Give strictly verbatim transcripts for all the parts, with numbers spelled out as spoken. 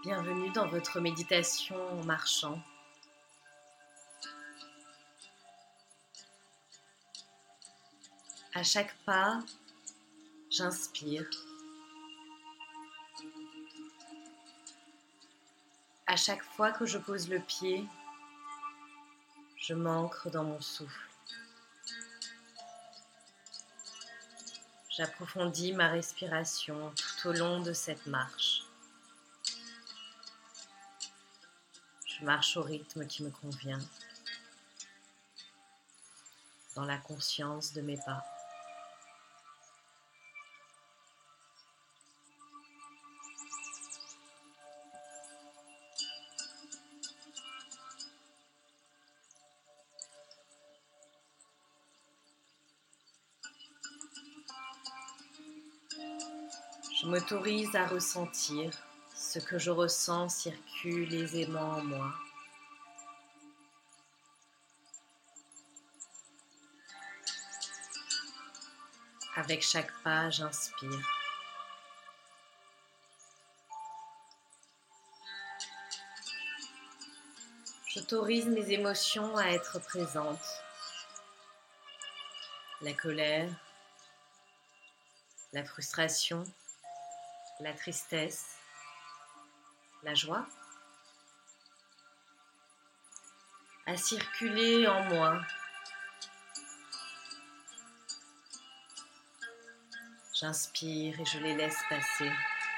Bienvenue dans votre méditation en marchant. À chaque pas, j'inspire. À chaque fois que je pose le pied, je m'ancre dans mon souffle. J'approfondis ma respiration tout au long de cette marche. Je marche au rythme qui me convient, dans la conscience de mes pas. Je m'autorise à ressentir ce que je ressens circule aisément en moi. Avec chaque pas, j'inspire. J'autorise mes émotions à être présentes. La colère, la frustration, la tristesse, la joie, à circuler en moi. J'inspire et je les laisse passer.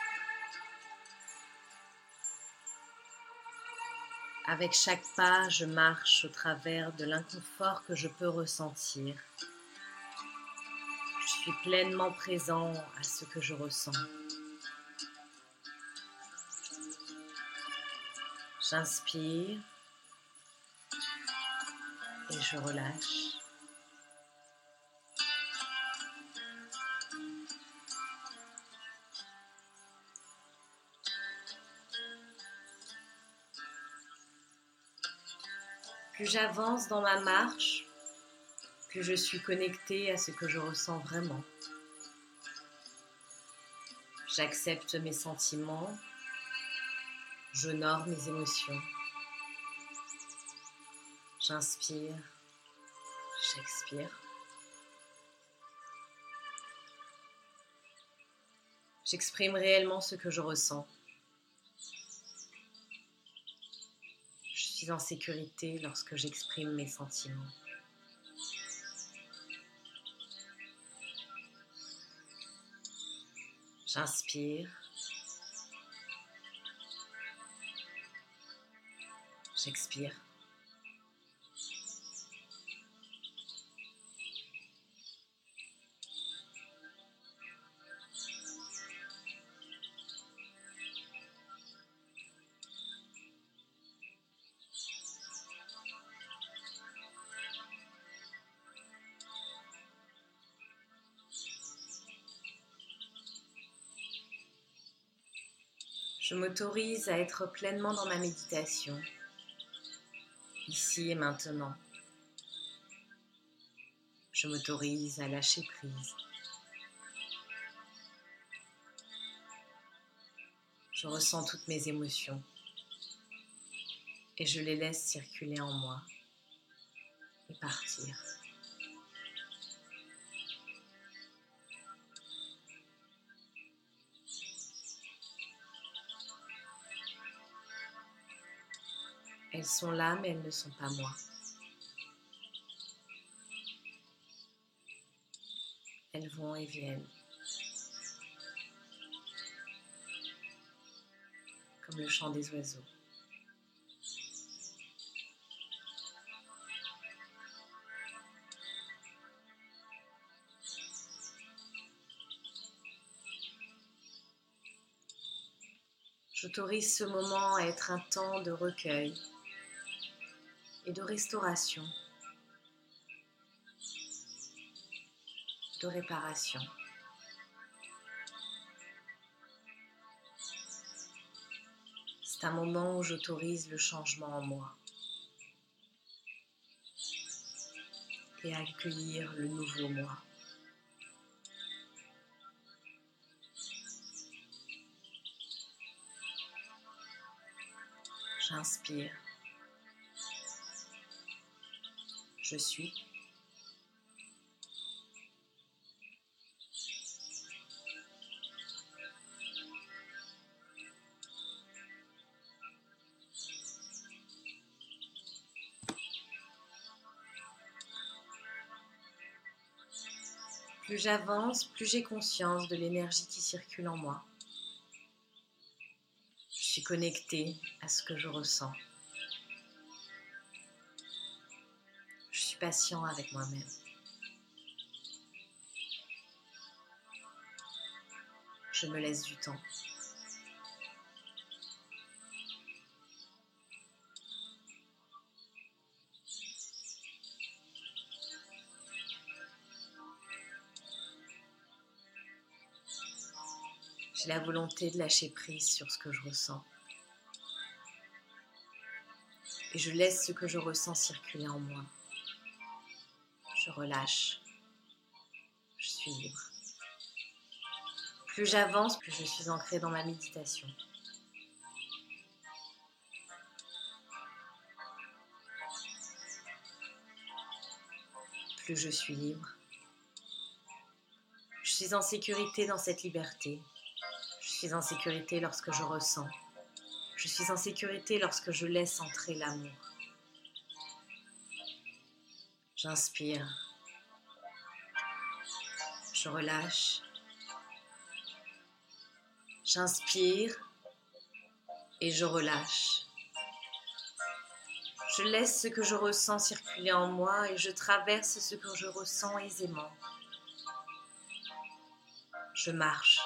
Avec chaque pas, je marche au travers de l'inconfort que je peux ressentir. Je suis pleinement présent à ce que je ressens. J'inspire et je relâche. Plus j'avance dans ma marche, plus je suis connectée à ce que je ressens vraiment. J'accepte mes sentiments, j'honore mes émotions. J'inspire, j'expire. J'exprime réellement ce que je ressens. Je suis en sécurité lorsque j'exprime mes sentiments. J'inspire. J'expire. Je m'autorise à être pleinement dans ma méditation, ici et maintenant. Je m'autorise à lâcher prise. Je ressens toutes mes émotions et je les laisse circuler en moi et partir. Elles sont là, mais elles ne sont pas moi. Elles vont et viennent, comme le chant des oiseaux. J'autorise ce moment à être un temps de recueil et de restauration, de réparation. C'est un moment où j'autorise le changement en moi et à accueillir le nouveau moi. J'inspire. Je suis. Plus j'avance, plus j'ai conscience de l'énergie qui circule en moi. Je suis connectée à ce que je ressens. Je suis patient avec moi-même. Je me laisse du temps. J'ai la volonté de lâcher prise sur ce que je ressens. Et je laisse ce que je ressens circuler en moi. Je relâche. Je suis libre. Plus j'avance, plus je suis ancrée dans ma méditation. Plus je suis libre. Je suis en sécurité dans cette liberté. Je suis en sécurité lorsque je ressens. Je suis en sécurité lorsque je laisse entrer l'amour. J'inspire. Je relâche. J'inspire et je relâche. Je laisse ce que je ressens circuler en moi et je traverse ce que je ressens aisément. Je marche.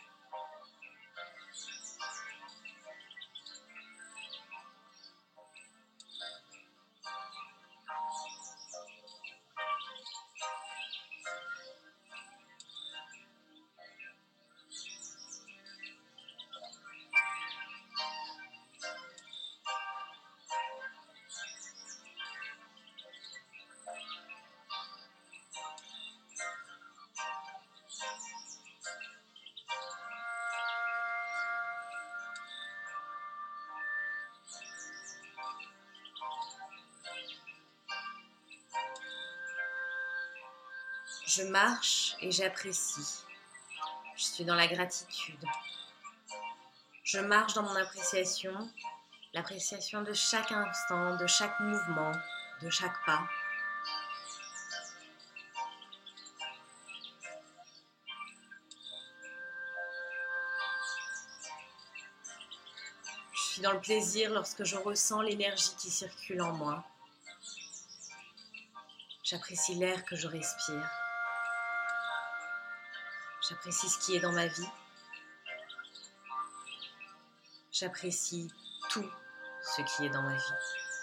Je marche et j'apprécie. Je suis dans la gratitude. Je marche dans mon appréciation, l'appréciation de chaque instant, de chaque mouvement, de chaque pas. Je suis dans le plaisir lorsque je ressens l'énergie qui circule en moi. J'apprécie l'air que je respire. J'apprécie ce qui est dans ma vie. J'apprécie tout ce qui est dans ma vie.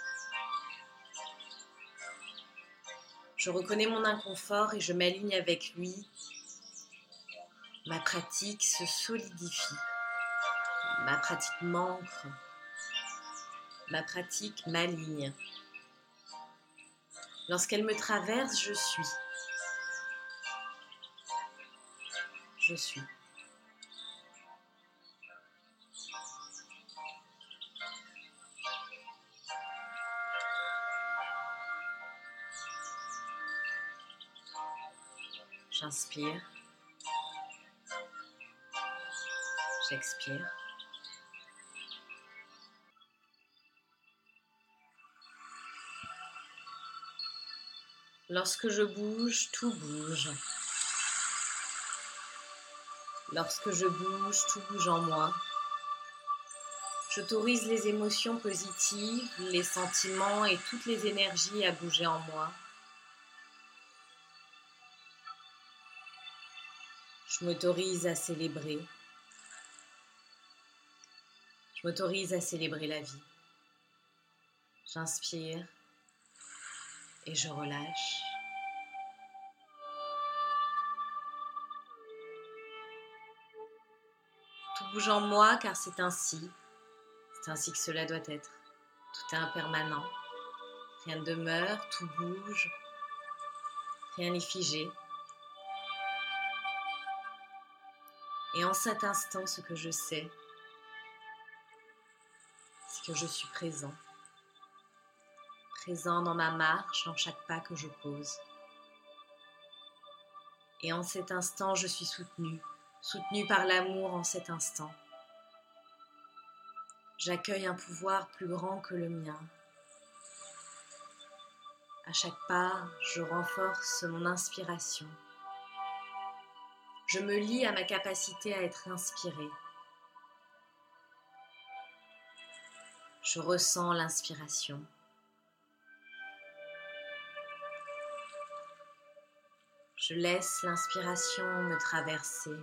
Je reconnais mon inconfort et je m'aligne avec lui. Ma pratique se solidifie. Ma pratique m'ancre. Ma pratique m'aligne. Lorsqu'elle me traverse, je suis. Je suis. J'inspire. J'expire. Lorsque je bouge, tout bouge. Lorsque je bouge, tout bouge en moi. J'autorise les émotions positives, les sentiments et toutes les énergies à bouger en moi. Je m'autorise à célébrer. Je m'autorise à célébrer la vie. J'inspire et je relâche. Tout bouge en moi car c'est ainsi. C'est ainsi que cela doit être. Tout est impermanent. Rien ne demeure, tout bouge. Rien n'est figé. Et en cet instant, ce que je sais, c'est que je suis présent. Présent dans ma marche, dans chaque pas que je pose. Et en cet instant, je suis soutenue, soutenue par l'amour en cet instant. J'accueille un pouvoir plus grand que le mien. À chaque pas, je renforce mon inspiration. Je me lie à ma capacité à être inspirée. Je ressens l'inspiration. Je laisse l'inspiration me traverser.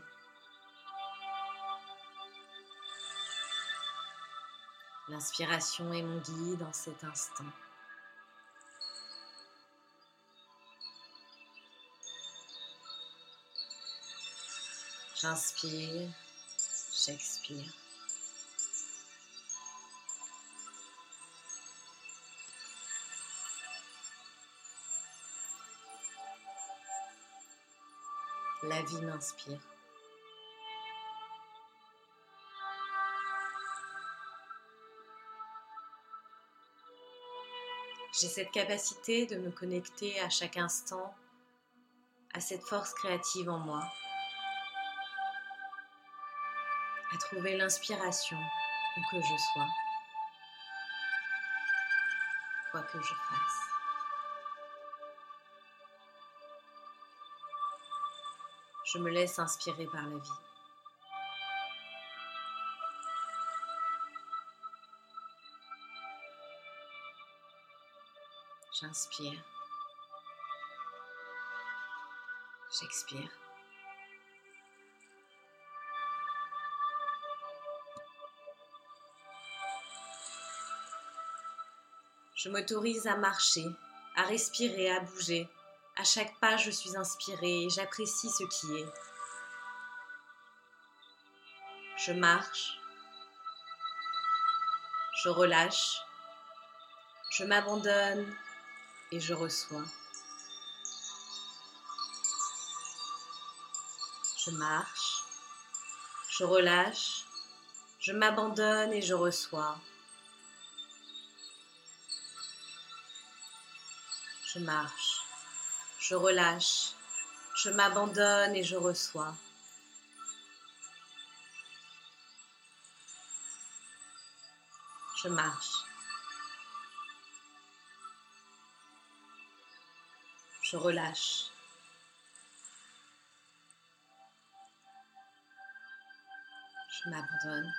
L'inspiration est mon guide en cet instant. J'inspire, j'expire. La vie m'inspire. J'ai cette capacité de me connecter à chaque instant à cette force créative en moi, à trouver l'inspiration où que je sois, quoi que je fasse. Je me laisse inspirer par la vie. J'inspire, j'expire. Je m'autorise à marcher, à respirer, à bouger. À chaque pas, je suis inspirée et j'apprécie ce qui est. Je marche, je relâche, je m'abandonne et je reçois. Je marche, je relâche, je m'abandonne et je reçois. Je marche, je relâche, je m'abandonne et je reçois. Je marche, je relâche, je m'abandonne.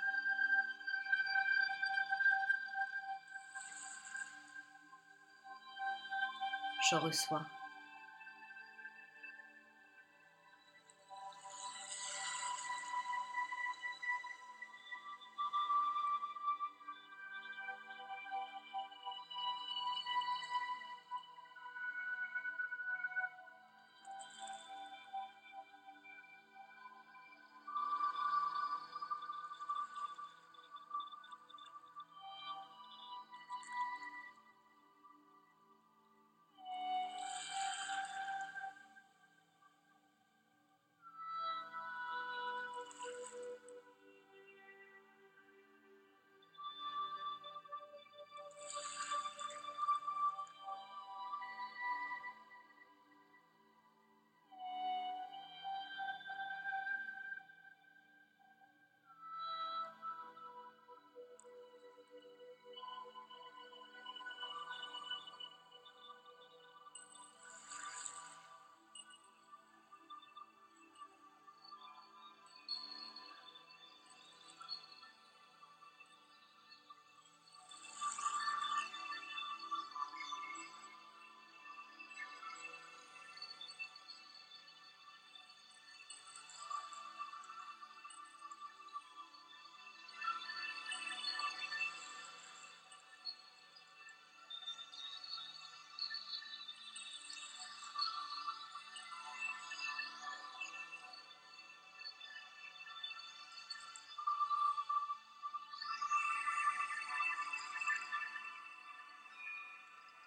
Je reçois.